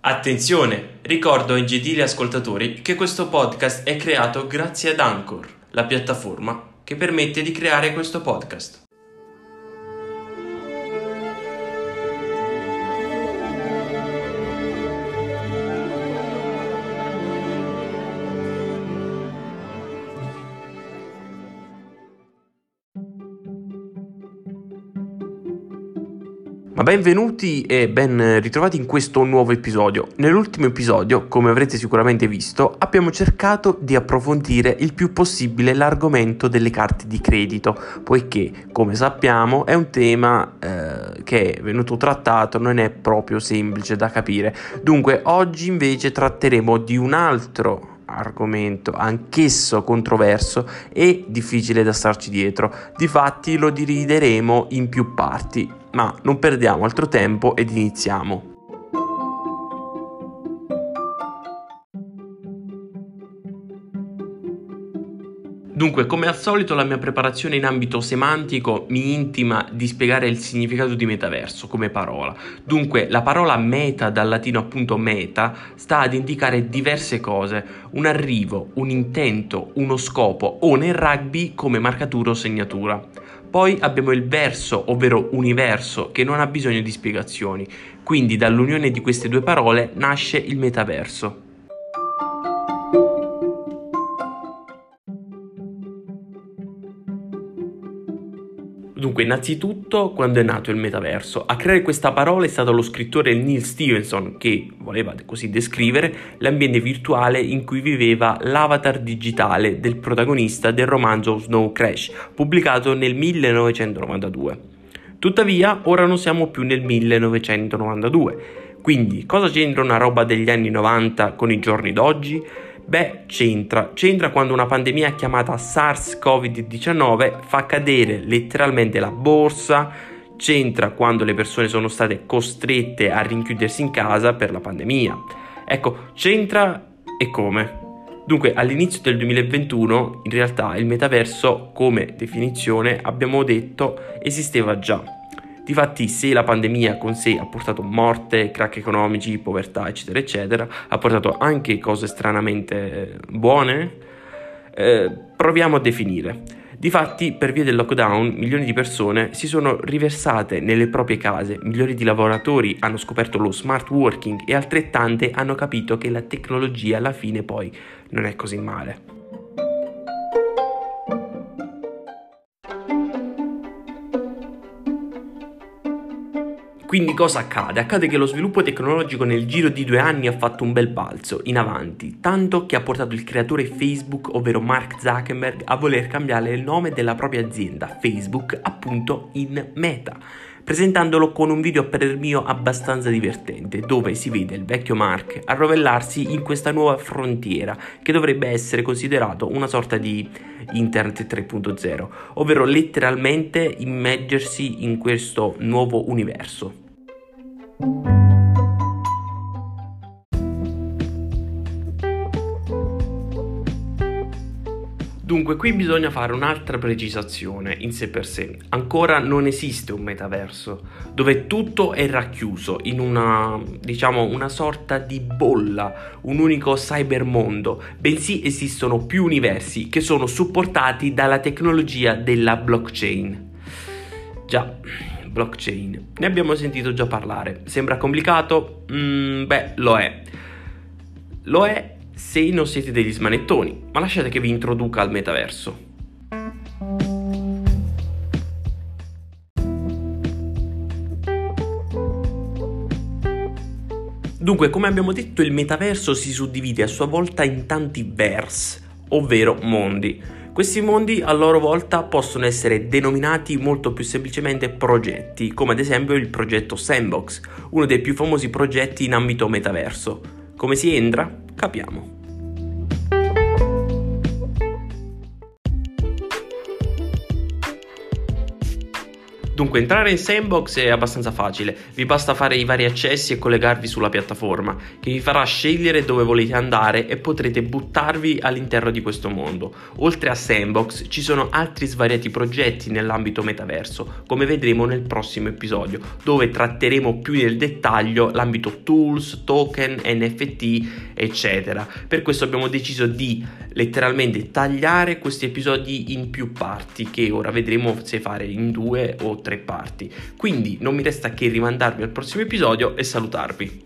Attenzione! Ricordo ai gentili ascoltatori che questo podcast è creato grazie ad Anchor, la piattaforma che permette di creare questo podcast. Ma benvenuti e ben ritrovati in questo nuovo episodio. Nell'ultimo episodio, come avrete sicuramente visto, abbiamo cercato di approfondire il più possibile l'argomento delle carte di credito, poiché, come sappiamo, è un tema che è venuto trattato, non è proprio semplice da capire. Dunque, oggi invece tratteremo di un altro argomento anch'esso controverso e difficile da starci dietro. Difatti lo divideremo in più parti, ma non perdiamo altro tempo ed iniziamo. Dunque, come al solito, la mia preparazione in ambito semantico mi intima di spiegare il significato di metaverso come parola. Dunque, la parola meta, dal latino appunto meta, sta ad indicare diverse cose: un arrivo, un intento, uno scopo, o nel rugby come marcatura o segnatura. Poi abbiamo il verso, ovvero universo, che non ha bisogno di spiegazioni. Quindi dall'unione di queste due parole nasce il metaverso. Dunque, innanzitutto, quando è nato il metaverso? A creare questa parola è stato lo scrittore Neal Stephenson, che voleva così descrivere l'ambiente virtuale in cui viveva l'avatar digitale del protagonista del romanzo Snow Crash, pubblicato nel 1992. Tuttavia, ora non siamo più nel 1992. Quindi, cosa c'entra una roba degli anni 90 con i giorni d'oggi? Beh, c'entra quando una pandemia chiamata SARS-CoV-19 fa cadere letteralmente la borsa, c'entra quando le persone sono state costrette a rinchiudersi in casa per la pandemia. Ecco, c'entra e come? Dunque, all'inizio del 2021, in realtà il metaverso, come definizione, abbiamo detto, esisteva già. Difatti, se la pandemia con sé ha portato morte, crack economici, povertà, eccetera, eccetera, ha portato anche cose stranamente buone, proviamo a definire. Difatti, per via del lockdown, milioni di persone si sono riversate nelle proprie case, milioni di lavoratori hanno scoperto lo smart working e altrettante hanno capito che la tecnologia alla fine poi non è così male. Quindi cosa accade? Accade che lo sviluppo tecnologico nel giro di 2 anni ha fatto un bel balzo in avanti, tanto che ha portato il creatore Facebook, ovvero Mark Zuckerberg, a voler cambiare il nome della propria azienda, Facebook, appunto in Meta, presentandolo con un video a parer mio abbastanza divertente, dove si vede il vecchio Mark arrovellarsi in questa nuova frontiera, che dovrebbe essere considerato una sorta di Internet 3.0, ovvero letteralmente immergersi in questo nuovo universo. Dunque, qui bisogna fare un'altra precisazione in sé per sé. Ancora non esiste un metaverso dove tutto è racchiuso in una sorta di bolla, un unico cybermondo, bensì esistono più universi che sono supportati dalla tecnologia della blockchain. Già, blockchain. Ne abbiamo sentito già parlare. Sembra complicato? Beh, lo è. Lo è se non siete degli smanettoni, ma lasciate che vi introduca al metaverso. Dunque, come abbiamo detto, il metaverso si suddivide a sua volta in tanti verse, ovvero mondi. Questi mondi a loro volta possono essere denominati molto più semplicemente progetti, come ad esempio il progetto Sandbox, uno dei più famosi progetti in ambito metaverso. Come si entra? Capiamo. Dunque, entrare in Sandbox è abbastanza facile, vi basta fare i vari accessi e collegarvi sulla piattaforma, che vi farà scegliere dove volete andare e potrete buttarvi all'interno di questo mondo. Oltre a Sandbox ci sono altri svariati progetti nell'ambito metaverso, come vedremo nel prossimo episodio, dove tratteremo più nel dettaglio l'ambito tools, token, NFT, eccetera. Per questo abbiamo deciso di letteralmente tagliare questi episodi in più parti, che ora vedremo se fare in 2 o 3 parti. Quindi non mi resta che rimandarvi al prossimo episodio e salutarvi.